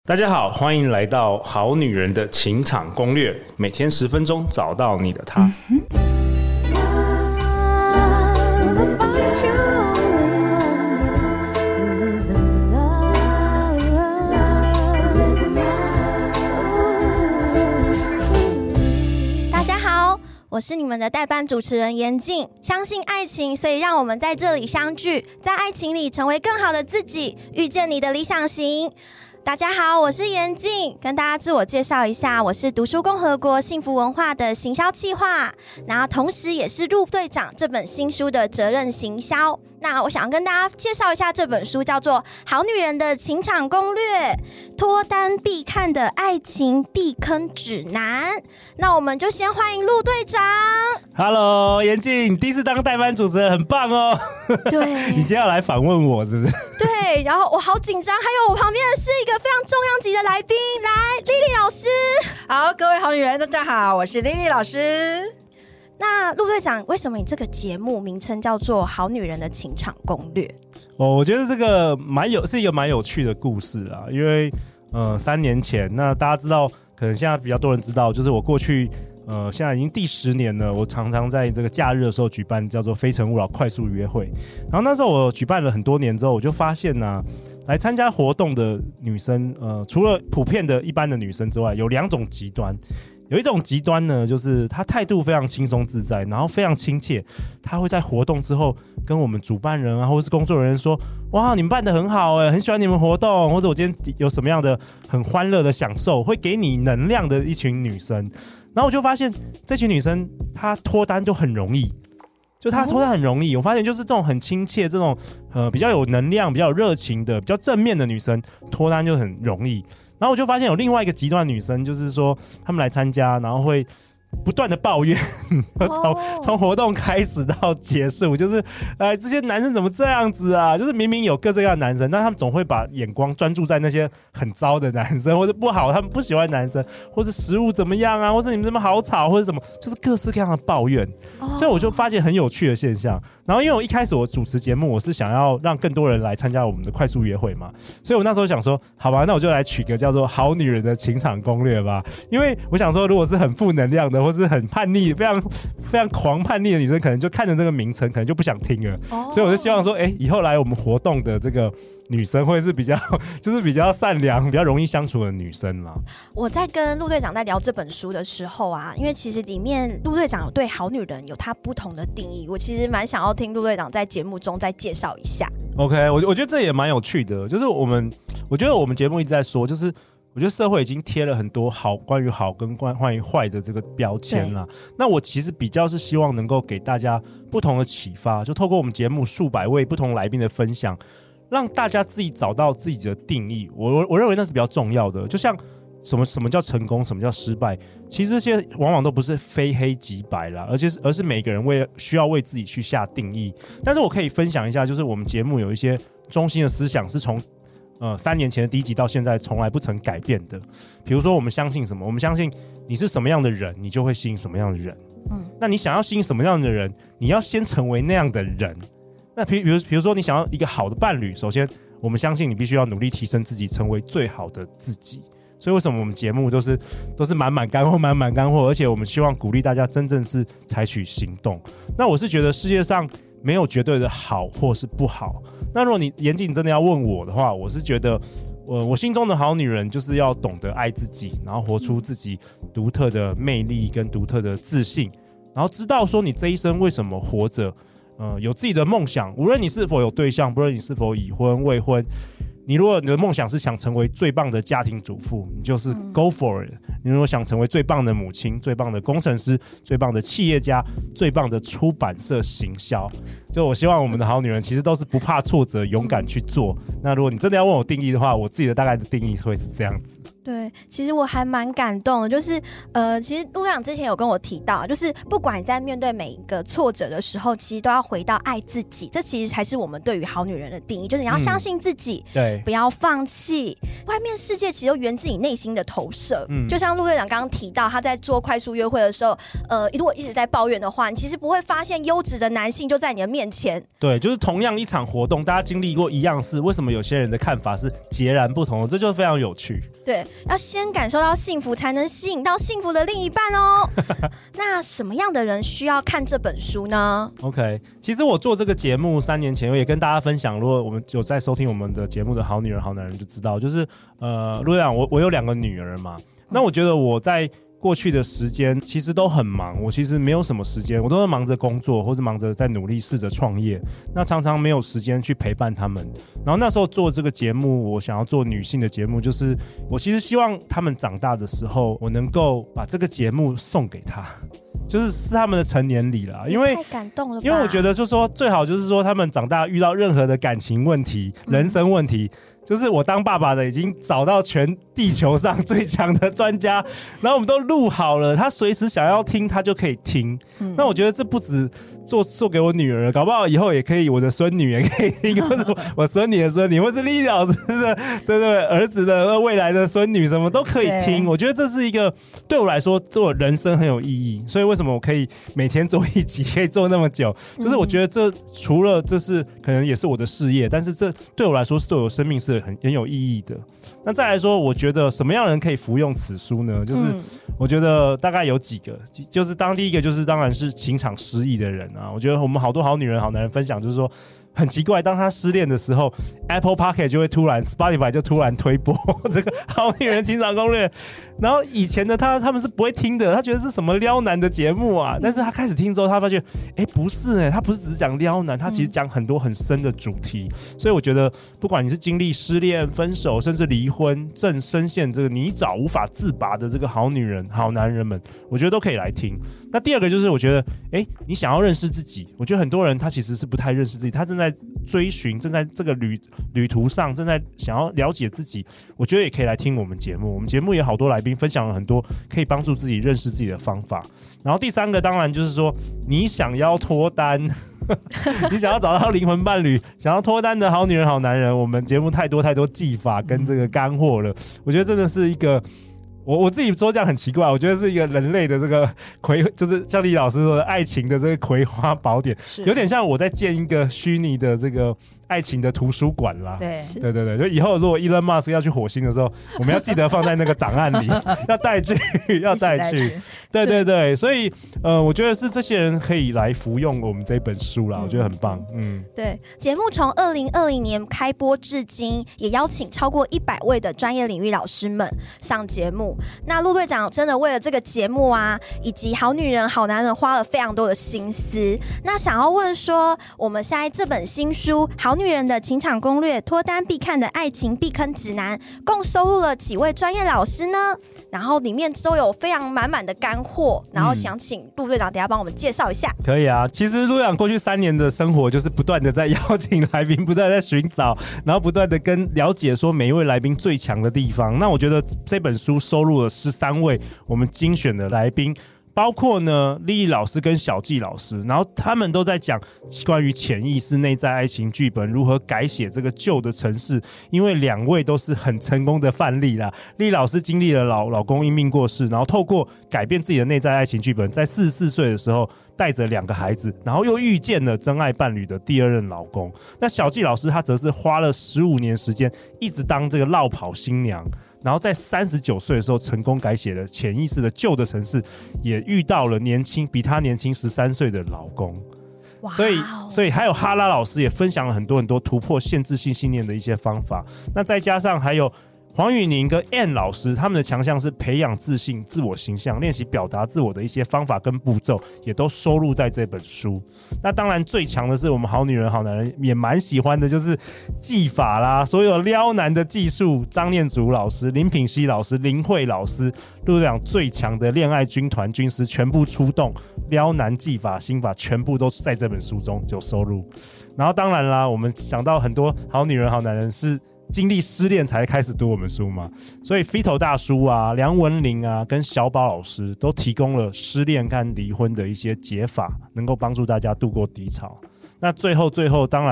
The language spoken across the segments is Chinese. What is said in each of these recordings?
大家好，欢迎来到《好女人的情场攻略》，每天10分钟，找到你的他。 大家好，我是你们的代班主持人严静。相信爱情，所以让我们在这里相聚，在爱情里成为更好的自己，遇见你的理想型。大家好，我是严静，跟大家自我介绍一下，我是读书共和国幸福文化的行销企划，然后同时也是陆队长这本新书的责任行销。那我想跟大家介绍一下这本书，叫做《好女人的情场攻略》，脱单必看的爱情避坑指南。那我们就先欢迎陆队长。 Hello， 严静，第一次当代班主持人，很棒哦。 对， 你今天要来访问我是不是？ 对，然后我好紧张，还有我旁边的是一个非常重量级的来宾，来，莉莉老师。 好，各位好女人，大家好，我是莉莉老师。 那陆队长，为什么你这个节目名称叫做《好女人的情场攻略》？ 我觉得这个是一个蛮有趣的故事啦，因为3年前，那大家知道，可能现在比较多人知道，就是我过去现在已经第10年了，我常常在这个假日的时候举办叫做非诚勿扰快速约会。然后那时候我举办了很多年之后，我就发现呢，来参加活动的女生，除了普遍的一般的女生之外，有2种极端。有一种极端呢，就是她态度非常轻松自在，然后非常亲切，她会在活动之后跟我们主办人啊，或是工作人员说：“哇，你们办得很好很喜欢你们活动，或者我今天有什么样的很欢乐的享受，会给你能量的一群女生。”然后我就发现这群女生她脱单就很容易，就她脱单很容易。我发现就是这种很亲切、这种比较有能量、比较有热情的、比较正面的女生脱单就很容易。然后我就发现有另外一个极端的女生，就是说她们来参加，然后会不断的抱怨，从活动开始到结束，就是这些男生怎么这样子啊？就是明明有各式各样的男生，但他们总会把眼光专注在那些很糟的男生，或者不好，他们不喜欢男生，或是食物怎么样啊，或是你们怎么好吵，或者什么，就是各式各样的抱怨。所以我就发现很有趣的现象。然后因为我一开始我主持节目，我是想要让更多人来参加我们的快速约会嘛，所以我那时候想说，好吧，那我就来取个叫做《好女人的情场攻略》吧。因为我想说，如果是很负能量的，或是很叛逆、非常非常狂叛逆的女生，可能就看着这个名称，可能就不想听了。所以我就希望说，以后来我们活动的这个女生会是比较善良、比较容易相处的女生啦。 我在跟陆队长在聊这本书的时候啊，因为其实里面陆队长有对好女人有他不同的定义，我其实蛮想要听陆队长在节目中再介绍一下。 OK， 我觉得这也蛮有趣的，就是我觉得我们节目一直在说，就是我觉得社会已经贴了很多关于好跟关于坏的这个标签啦。那我其实比较是希望能够给大家不同的启发，就透过我们节目数百位不同来宾的分享，让大家自己找到自己的定义。我认为那是比较重要的。就像什么叫成功，什么叫失败，其实这些往往都不是非黑即白啦，而是每个人需要为自己去下定义。但是我可以分享一下，就是我们节目有一些中心的思想是从3年前的第1集到现在从来不曾改变的。比如说我们相信什么？我们相信你是什么样的人，你就会吸引什么样的人。那你想要吸引什么样的人，你要先成为那样的人。那比如说你想要一个好的伴侣，首先我们相信你必须要努力提升自己，成为最好的自己。所以为什么我们节目都是满满干货，而且我们希望鼓励大家真正是采取行动。那我是觉得世界上没有绝对的好或是不好。那如果你严谨真的要问我的话，我是觉得我心中的好女人就是要懂得爱自己，然后活出自己独特的魅力跟独特的自信，然后知道说你这一生为什么活着，有自己的梦想，无论你是否有对象，不论你是否已婚未婚，如果你的梦想是想成为最棒的家庭主妇，你就是 go for it。你如果想成为最棒的母亲、最棒的工程师、最棒的企业家、最棒的出版社行销，就我希望我们的好女人其实都是不怕挫折，勇敢去做。那如果你真的要问我定义的话，我自己的大概的定义会是这样子。 对，其实我还蛮感动的，就是其实陆队长之前有跟我提到，就是不管你在面对每一个挫折的时候，其实都要回到爱自己，这其实才是我们对于好女人的定义，就是你要相信自己， 对， 不要放弃。外面世界其实都源自你内心的投射，就像像陆队长刚刚提到，他在做快速约会的时候，如果一直在抱怨的话，你其实不会发现优质的男性就在你的面前。 对，就是同样一场活动，大家经历过一样事，为什么有些人的看法是截然不同的？这就非常有趣。 对，要先感受到幸福，才能吸引到幸福的另一半哦。那什么样的人需要看这本书呢 ？OK， 其实我做这个节目3年前，我也跟大家分享，如果我们有在收听我们的节目的好女人、好男人就知道，就是陆队长，我有2个女儿嘛，那我觉得我在过去的时间其实都很忙，我其实没有什么时间，我都是忙着工作或是忙着在努力试着创业，那常常没有时间去陪伴他们。然后那时候做这个节目，我想要做女性的节目，就是我其实希望他们长大的时候，我能够把这个节目送给他，就是他们的成年礼啦。因为太感动了吧， 因为我觉得就是说最好就是说他们长大遇到任何的感情问题、人生问题，就是我当爸爸的已经找到全地球上最强的专家，然后我们都录好了，他随时想要听他就可以听。那我觉得这不止做给我女儿，搞不好以后也可以，我的孙女也可以听，或者我孙女的孙女，或是丽丽老师的对儿子的未来的孙女，什么都可以听。我觉得这是一个对我来说，对我人生很有意义。所以为什么我可以每天做一集，可以做那么久？就是我觉得这除了这是可能也是我的事业，但是这对我来说是对我生命是很有意义的。那再来说，我觉得什么样的人可以服用此书呢？就是我觉得大概有几个，就是第一个就是当然是情场失意的人啊。我觉得我们好多好女人、好男人分享，就是说很奇怪，当他失恋的时候 ，Apple Podcast 就会突然 ，Spotify 就突然推播这个《好女人情场攻略》，然后以前的他们是不会听的，他觉得是什么撩男的节目啊，但是他开始听之后，他发现，不是他不是只是讲撩男，他其实讲很多很深的主题，所以我觉得不管你是经历失恋、分手，甚至离婚，正深陷这个泥沼无法自拔的这个好女人、好男人们，我觉得都可以来听。那第二个就是我觉得，你想要认识自己，我觉得很多人他其实是不太认识自己，他正在追寻，正在这个旅途上，正在想要了解自己，我觉得也可以来听我们节目。我们节目也好多来宾分享了很多可以帮助自己认识自己的方法。然后第三个当然就是说，你想要脱单你想要找到灵魂伴侣，想要脱单的好女人好男人，我们节目太多技法跟这个干货了，我觉得真的是一个我自己说这样很奇怪，我觉得是一个人类的这个就是像李老师说的爱情的这个葵花宝典，有点像我在建一个虚拟的这个爱情的图书馆啦。对，就以后如果 Elon Musk 要去火星的时候，我们要记得放在那个档案里要带去对，所以我觉得是这些人可以来服用我们这本书啦，我觉得很棒。 对，节目从2020年开播至今，也邀请超过100位的专业领域老师们上节目。那陆队长真的为了这个节目啊，以及好女人好男人花了非常多的心思。那想要问说，我们现在这本新书《好女人的情场攻略：脱单必看的爱情避坑指南》，共收录了几位专业老师呢？然后里面都有非常满满的干货，然后想请陆队长等一下帮我们介绍一下。 可以啊，其实陆队长过去3年的生活就是不断的在邀请来宾，不断的在寻找，然后不断的跟了解说每一位来宾最强的地方。那我觉得这本书收录了13位我们精选的来宾，包括呢丽丽老师跟小纪老师，然后他们都在讲关于潜意识、内在爱情剧本如何改写这个旧的城市，因为2位都是很成功的范例啦。丽丽老师经历了老公因病过世，然后透过改变自己的内在爱情剧本，在44岁的时候带着2个孩子，然后又遇见了真爱伴侣的第2任老公。那小纪老师他则是花了15年时间，一直当这个落跑新娘，然后在39岁的时候成功改写了潜意识的旧的城市，也遇到了比他年轻13岁的老公。所以还有哈拉老师也分享了很多突破限制性信念的一些方法。那再加上还有黄宇宁跟 Ann 老师，他们的强项是培养自信、自我形象、练习表达自我的一些方法跟步骤，也都收录在这本书。那当然最强的是我们好女人好男人也蛮喜欢的，就是技法啦，所有撩男的技术，张念祖老师、林品熙老师、林慧老师，陆队长最强的恋爱军团军师全部出动，撩男技法心法全部都在这本书中有收录。然后当然啦，我们想到很多好女人好男人是经历失恋才开始读我们书嘛，所以 Fito 大叔啊、梁文玲啊跟小宝老师都提供了失恋跟离婚的一些解法，能够帮助大家度过低潮。那最后当然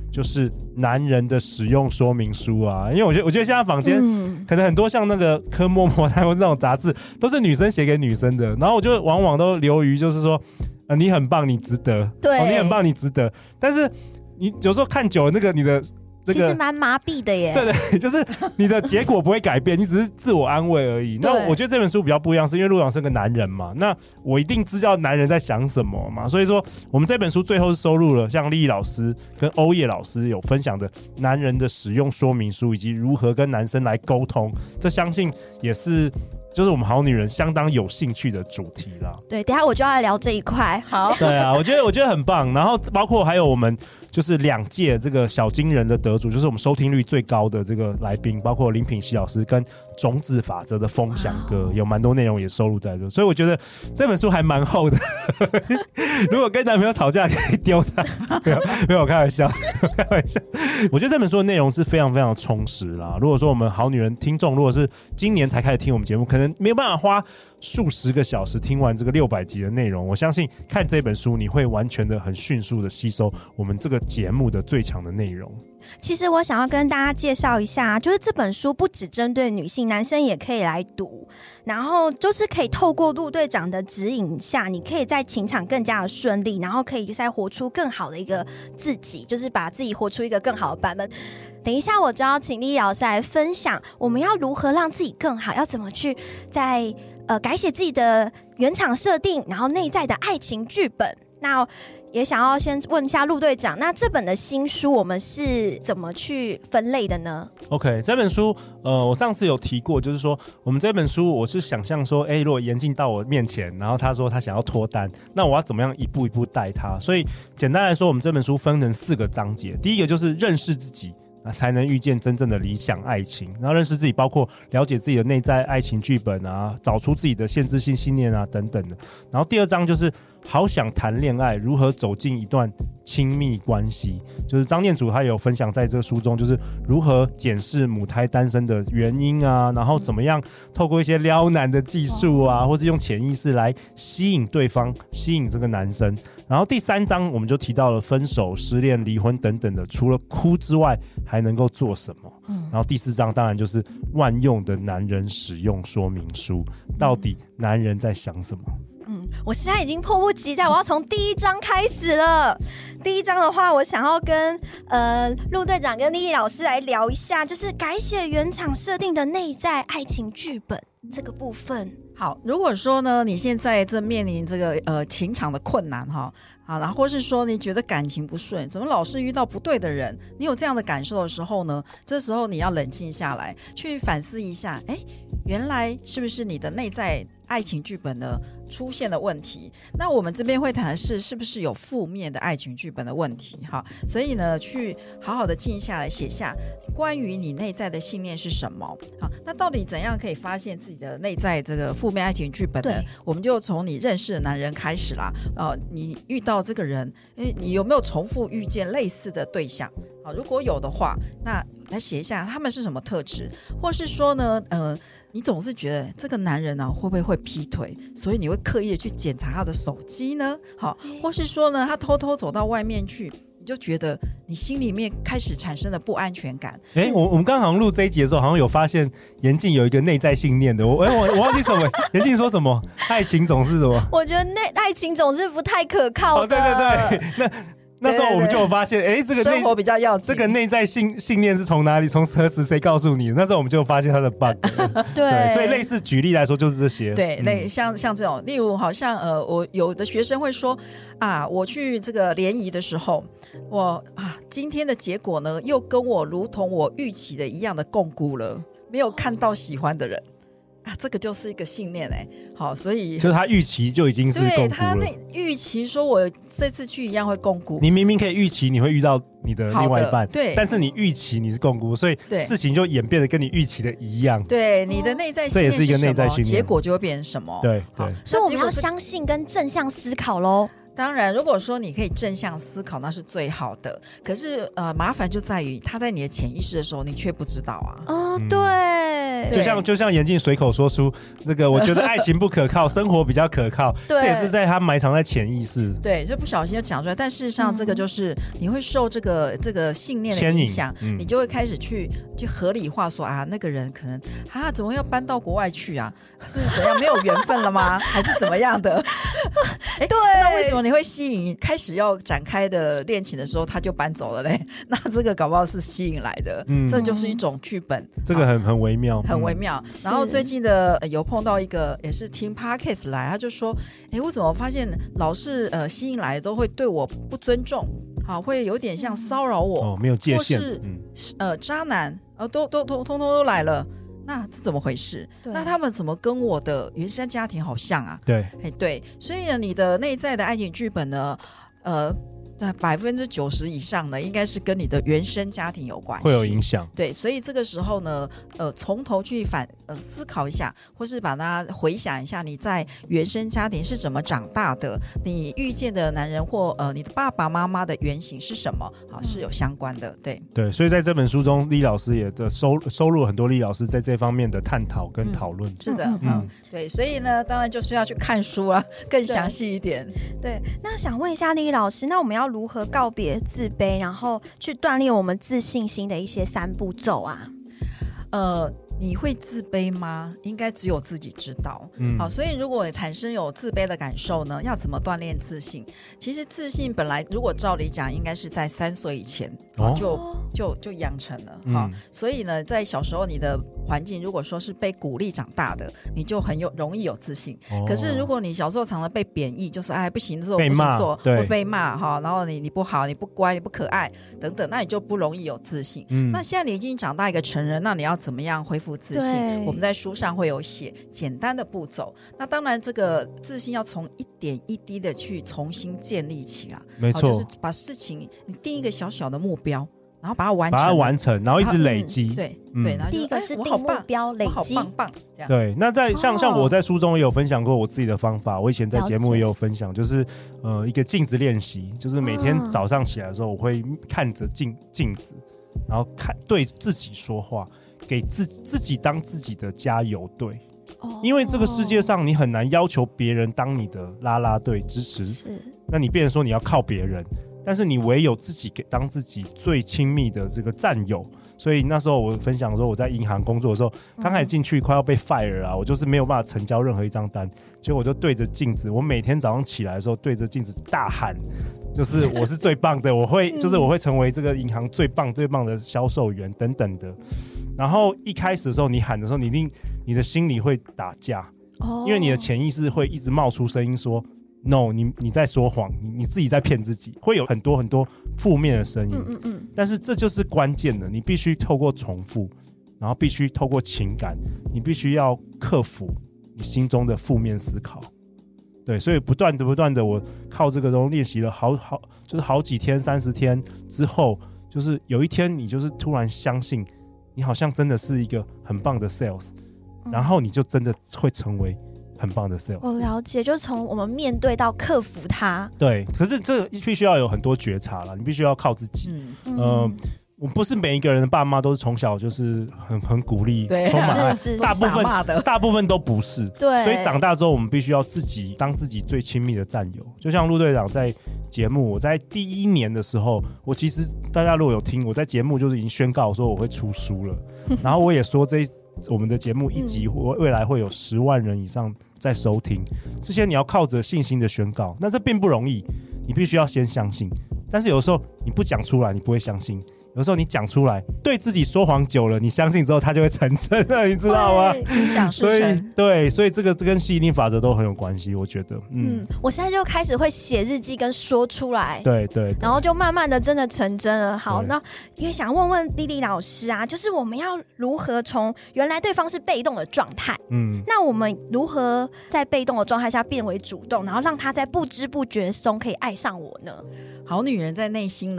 就是男人的使用说明书啊。因为我觉得现在坊间可能很多像那个科莫或这种杂志都是女生写给女生的，然后我就往往都流于就是说你很棒，你值得， 对， 你很棒，你值得。但是你有时候看久了，那个你的其实蛮麻痹的耶。 对对，就是你的结果不会改变，你只是自我安慰而已。那我觉得这本书比较不一样，是因为陆老师是个男人嘛，那我一定知道男人在想什么嘛。所以说，我们这本书最后是收录了像丽丽老师跟欧叶老师有分享的男人的使用说明书，以及如何跟男生来沟通。这相信也是就是我们好女人相当有兴趣的主题啦。 对，等一下我就要来聊这一块。好， 对啊，我觉得很棒。然后包括还有我们就是2届这个小金人的得主，就是我们收听率最高的这个来宾，包括林品熙老师跟种子法则的风翔哥，有蛮多内容也收录在这，所以我觉得这本书还蛮厚的。如果跟男朋友吵架可以丢它，没有开玩笑，开玩笑。我觉得这本书的内容是非常非常充实啦。如果说我们好女人听众，如果是今年才开始听我们节目，可能没有办法花数十个小时听完这个600集的内容，我相信看这本书你会完全的很迅速的吸收我们这个节目的最强的内容。 其实我想要跟大家介绍一下，就是这本书不只针对女性，男生也可以来读，然后就是可以透过陆队长的指引下，你可以在情场更加的顺利，然后可以再活出更好的一个自己，就是把自己活出一个更好的版本。等一下我就要请丽丽老师来分享我们要如何让自己更好，要怎么去在改写自己的原厂设定，然后内在的爱情剧本。那也想要先问一下陆队长，那这本的新书我们是怎么去分类的呢？ OK， 这本书我上次有提过，就是说我们这本书我是想象说如果严静到我面前，然后他说他想要脱单，那我要怎么样一步一步带他。所以简单来说，我们这本书分成4个章节。第一个就是认识自己，才能遇见真正的理想爱情。然后认识自己包括了解自己的内在爱情剧本啊，找出自己的限制性信念啊等等的。然后第2章就是好想谈恋爱，如何走进一段亲密关系，就是张念祖他有分享在这个书中，就是如何检视母胎单身的原因啊，然后怎么样透过一些撩男的技术啊，或是用潜意识来吸引对方，吸引这个男生。然后第3章我们就提到了分手、失恋、离婚等等的，除了哭之外还能够做什么。然后第4章当然就是万用的男人使用说明书，到底男人在想什么。 我现在已经迫不及待，我要从第1章开始了。第1章的话，我想要跟陆队长跟丽丽老师来聊一下，就是改写原厂设定的内在爱情剧本这个部分。 好，如果说呢，你现在正面临这个情场的困难哈，好，然后或是说你觉得感情不顺，怎么老是遇到不对的人，你有这样的感受的时候呢，这时候你要冷静下来，去反思一下，原来是不是你的内在爱情剧本呢出现了问题？那我们这边会谈的是不是有负面的爱情剧本的问题？好，所以呢，去好好的静下来，写下关于你内在的信念是什么。好，那到底怎样可以发现自己的内在这个负面爱情剧本呢？我们就从你认识的男人开始啦。你遇到这个人，你有没有重复遇见类似的对象？好，如果有的话，那来写一下他们是什么特质，或是说呢，你总是觉得这个男人呢会不会劈腿，所以你会刻意的去检查他的手机呢？好，或是说呢，他偷偷走到外面去，你就觉得你心里面开始产生了不安全感。 我们刚好像录这一集的时候，好像有发现严静有一个内在信念的。我忘记什么，严静说什么？爱情总是什么？ 我觉得爱情总是不太可靠的。 对，那时候我们就有发现，这个生活比较要紧， 这个内在信念是从哪里？从何时？谁告诉你？那时候我们就发现他的 bug 对，所以类似举例来说就是这些。 对，像这种，例如好像我有的学生会说我去这个联谊的时候，我今天的结果呢，又跟我如同我预期的一样的共估了，没有看到喜欢的人。这个就是一个信念好，所以就是他预期就已经是共估了。对， 他预期说我这次去一样会共估。 你明明可以预期你会遇到你的另外一半， 对， 但是你预期你是共估，所以事情就演变得跟你预期的一样。 对，你的内在信念是什么，这也是一个内在信念，结果就会变成什么。 对， 所以我们要相信跟正向思考咯。 当然如果说你可以正向思考，那是最好的，可是麻烦就在于他在你的潜意识的时候你却不知道对， 对， 就像严静随口说出那个，我觉得爱情不可靠，生活比较可靠， 对这也是在他埋藏在潜意识。 对，就不小心就讲出来，但事实上这个就是你会受这个信念的牵引影响，你就会开始去合理化说啊，那个人可能怎么要搬到国外去啊？是怎样没有缘分了吗？还是怎么样的？ 对， 那为什么你会吸引开始要展开的恋情的时候他就搬走了嘞？那这个搞不好是吸引来的，这就是一种剧本， 这个很微妙， 很微妙。然后最近的有碰到一个也是听 Podcast 来，他就说，我怎么发现老是吸引来的都会对我不尊重，好，会有点像骚扰我， 没有界限， 或是渣男，通通来了。那这怎么回事？那他们怎么跟我的原生家庭好像啊？ 对， 对，所以呢，你的内在的爱情剧本呢，在90%以上呢，应该是跟你的原生家庭有关系， 会有影响。 对，所以这个时候呢，从头去思考一下，或是把它回想一下，你在原生家庭是怎么长大的，你遇见的男人或你的爸爸妈妈的原型是什么，是有相关的。对， 所以在这本书中，厉老师也收录很多厉老师在这方面的探讨跟讨论。 是的，对，所以呢，当然就是要去看书啊，更详细一点。 对，那想问一下厉老师，那我们要如何告别自卑，然后去锻炼我们自信心的一些3步骤啊？ 你会自卑吗？应该只有自己知道。好，所以如果产生有自卑的感受呢，要怎么锻炼自信？其实自信本来如果照理讲，应该是在3岁以前就养成了。所以呢，在小时候你的环境如果说是被鼓励长大的，你就容易有自信。可是如果你小时候常常被贬义，就是不行，这种不行做，会被骂哈，然后你不好，你不乖，你不可爱等等，那你就不容易有自信。那现在你已经长大一个成人，那你要怎么样恢复自信？我们在书上会有写简单的步骤。那当然，这个自信要从一点一滴的去重新建立起来。 没错， 就是把事情你定一个小小的目标。然后把它完成， 然后一直累积。 对，然后第一个是定目标累积， 好棒。 对，那像我在书中也有分享过我自己的方法，我以前在节目也有分享，就是一个镜子练习，就是每天早上起来的时候，我会看着镜子，然后对自己说话，给自己当自己的加油队。因为这个世界上你很难要求别人当你的啦啦队支持，那你变成说你要靠别人。但是你唯有自己当自己最亲密的这个战友，所以那时候我分享说我在银行工作的时候，刚开始进去快要被 fire 啊，我就是没有办法成交任何一张单，结果我就对着镜子，我每天早上起来的时候对着镜子大喊，就是我是最棒的，我会成为这个银行最棒的销售员等等的。然后一开始的时候你喊的时候，你的心里会打架，因为你的潜意识会一直冒出声音说No， 你在说谎，你自己在骗自己，会有很多很多负面的声音。但是这就是关键的，你必须透过重复，然后必须透过情感，你必须要克服你心中的负面思考。对，所以不断的，我靠这个东西练习了就是好几天，30天之后，就是有一天你就是突然相信，你好像真的是一个很棒的 sales，然后你就真的会成为很棒的 sales。 我了解，就是从我们面对到克服它。 对，可是这必须要有很多觉察啦，你必须要靠自己。我不是每一个人的爸妈都是从小就是很鼓励，充满爱，大部分都不是。 对， 所以长大之后，我们必须要自己当自己最亲密的战友。就像陆队长在节目，我在第1年的时候，我其实大家如果有听，我在节目就是已经宣告说我会出书了，然后我也说我们的节目1集未来会有10万人以上在收听，这些你要靠着信心的宣告，那这并不容易，你必须要先相信。但是有时候你不讲出来，你不会相信。有时候你讲出来，对自己说谎久了，你相信之后，它就会成真了，你知道吗？所以这跟吸引力法则都很有关系，我觉得。 我现在就开始会写日记跟说出来， 对， 然后就慢慢的真的成真了。好，那因为想问问莉莉老师啊，就是我们要如何从原来对方是被动的状态，那我们如何在被动的状态下变为主动，然后让他在不知不觉中可以爱上我呢？ 好女人在内心呢，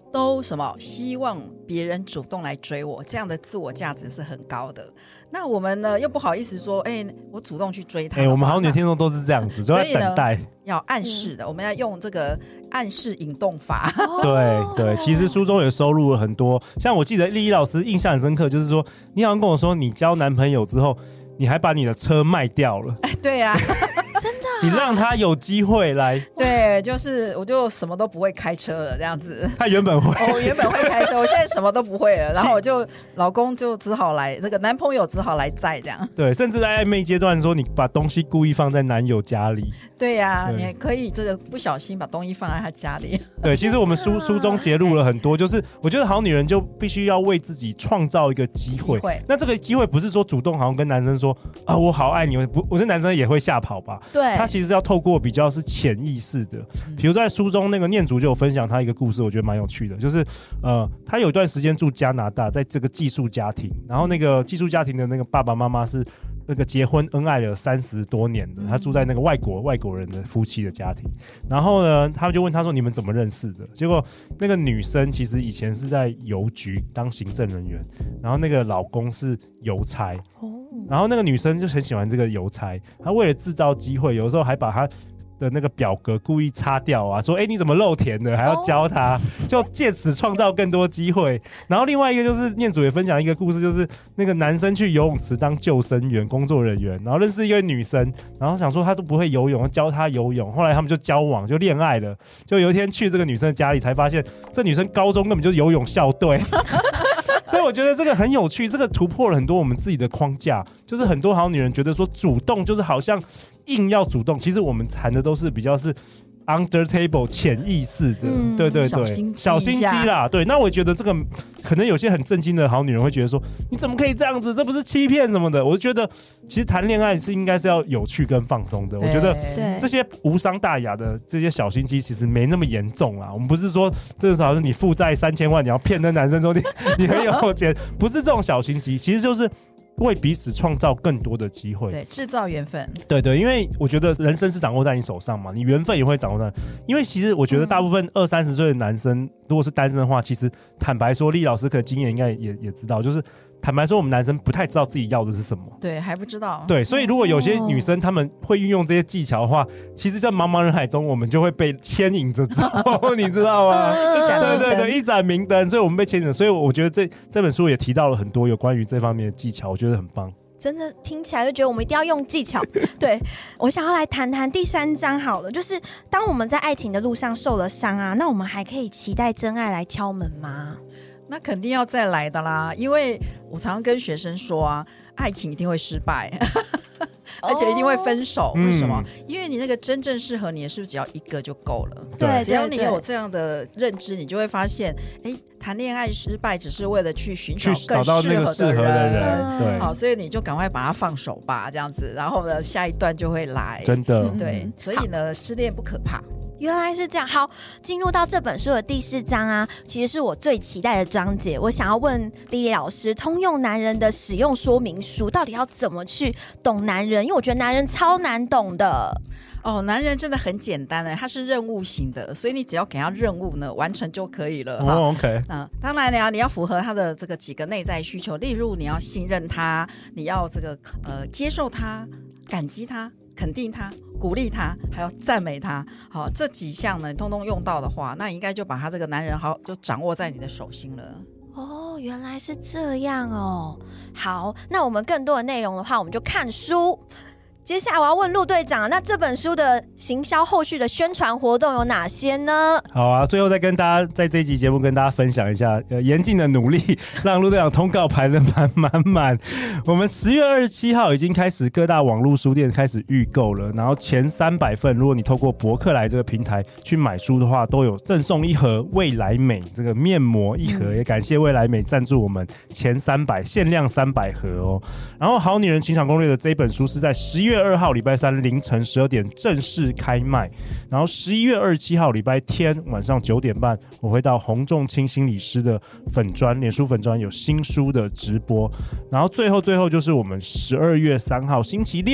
都什么希望别人主动来追我，这样的自我价值是很高的。那我们呢又不好意思说，我主动去追他。 我们好女听众都是这样子，都在等待。 要暗示的，我们要用这个暗示引动法。 对，其实书中也收录了很多，像我记得丽丽老师印象很深刻，就是说你好像跟我说，你交男朋友之后，你还把你的车卖掉了。 对啊。 真的你让他有机会来， 对，就是我就什么都不会开车了这样子。 他原本会， 我原本会开车，我现在什么都不会了。然后我就老公就只好来，那个男朋友只好来载这样。 对，甚至在暧昧阶段说你把东西故意放在男友家里。 对呀，你可以这个不小心把东西放在他家里。 对，其实我们书中揭露了很多，就是我觉得好女人就必须要为自己创造一个机会。那这个机会不是说主动好像跟男生说啊我好爱你，我觉得男生也会吓跑吧。 对， 他其实要透过比较是潜意识的，比如在书中那个念祖就有分享他一个故事，我觉得蛮有趣的，就是他有一段时间住加拿大，在这个寄宿家庭，然后那个寄宿家庭的那个爸爸妈妈是那个结婚恩爱了30多年的，他住在那个外国人的夫妻的家庭，然后呢，他们就问他说你们怎么认识的？结果那个女生其实以前是在邮局当行政人员，然后那个老公是邮差，然后那个女生就很喜欢这个邮差，她为了制造机会，有的时候还把她的那个表格故意擦掉啊，说你怎么漏填的，还要教他，就借此创造更多机会。然后另外一个就是念祖也分享一个故事，就是那个男生去游泳池当救生员工作人员，然后认识一个女生，然后想说他都不会游泳，教他游泳，后来他们就交往就恋爱了。就有一天去这个女生的家里才发现，这女生高中根本就是游泳校队。所以我觉得这个很有趣，这个突破了很多我们自己的框架，就是很多好女人觉得说主动就是好像硬要主动，其实我们谈的都是比较是 under table 潜意识的，对，小心机啦，对。那我觉得这个可能有些很震惊的好女人会觉得说，你怎么可以这样子？这不是欺骗什么的？我就觉得其实谈恋爱是应该是要有趣跟放松的。我觉得这些无伤大雅的这些小心机其实没那么严重啦。我们不是说这个好像你负债3000万，你要骗那男生说你很有钱，不是这种小心机，其实就是为彼此创造更多的机会， 对，制造缘分。 对，因为我觉得人生是掌握在你手上嘛，你缘分也会掌握在。因为其实我觉得大部分20-30岁的男生，如果是单身的话，其实坦白说，厉老师可能经验应该也知道，就是坦白说，我们男生不太知道自己要的是什么， 对，还不知道。对， 所以如果有些女生她们会运用这些技巧的话，其实在茫茫人海中，我们就会被牵引着走，你知道吗？对，一盏明灯，所以我们被牵引着。所以我觉得这本书也提到了很多有关于这方面的技巧，我觉得很棒。 真的听起来就觉得我们一定要用技巧。对，我想要来谈谈第3章好了，就是当我们在爱情的路上受了伤啊，那我们还可以期待真爱来敲门吗？ 那肯定要再来的啦，因为我常常跟学生说啊，爱情一定会失败。而且一定会分手，为什么？因为你那个真正适合你的是不是只要一个就够了？ 对， 只要你有这样的认知，你就会发现，谈恋爱失败只是为了去寻找更适合的人， 对， 好，所以你就赶快把它放手吧，这样子，然后呢，下一段就会来， 真的， 对，所以呢，失恋不可怕。 原来是这样。好，进入到这本书的第4章啊，其实是我最期待的章节。我想要问丽丽老师，通用男人的使用说明书到底要怎么去懂男人？因为我觉得男人超难懂的。 男人真的很简单的，他是任务型的，所以你只要给他任务呢，完成就可以了。 OK。 当然了，你要符合他的这个几个内在需求，例如你要信任他，你要这个接受他，感激他，肯定他，鼓励他，还要赞美他。好，这几项呢，你通通用到的话，那应该就把他这个男人好就掌握在你的手心了。 原来是这样哦。好，那我们更多的内容的话，我们就看书。接下来我要问陆队长，那这本书的行销后续的宣传活动有哪些呢？ 好啊，最后再跟大家在这一集节目跟大家分享一下严禁的努力，让陆队长通告排得满。我们10月27号已经开始各大网络书店开始预购了，然后前300份，如果你透过博客来这个平台去买书的话，都有赠送1盒未来美这个面膜1盒，也感谢未来美赞助我们前300，限量300盒哦。然后好女人情场攻略的这一本书是在11月2号礼拜3凌晨12点正式开卖，然后11月27号礼拜天晚上9点半，我会到洪仲卿心理师的脸书粉专有新书的直播，然后最后就是我们12月3号星期六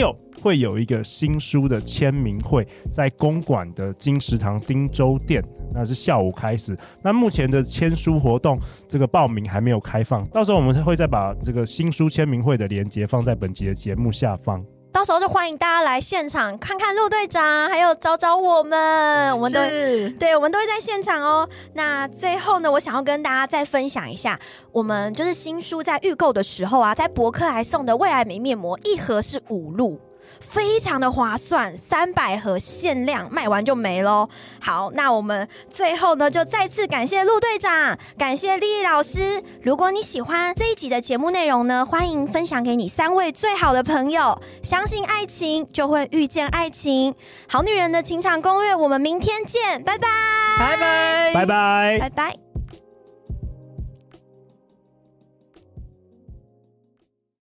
会有一个新书的签名会，在公馆的金石堂汀州店，那是下午开始。那目前的签书活动这个报名还没有开放，到时候我们会再把这个新书签名会的连结放在本集的节目下方。 到时候就欢迎大家来现场看看陆队长，还有找我们，我们都会在现场哦。那最后呢，我想要跟大家再分享一下，我们就是新书在预购的时候啊，在博客来送的未来美面膜一盒是5入。非常的划算，300盒限量，卖完就没咯。好，那我们最后呢，就再次感谢陆队长，感谢丽丽老师。如果你喜欢这一集的节目内容呢，欢迎分享给你3位最好的朋友。相信爱情，就会遇见爱情。好女人的情场攻略，我们明天见，拜拜， 拜拜， 拜拜， 拜拜。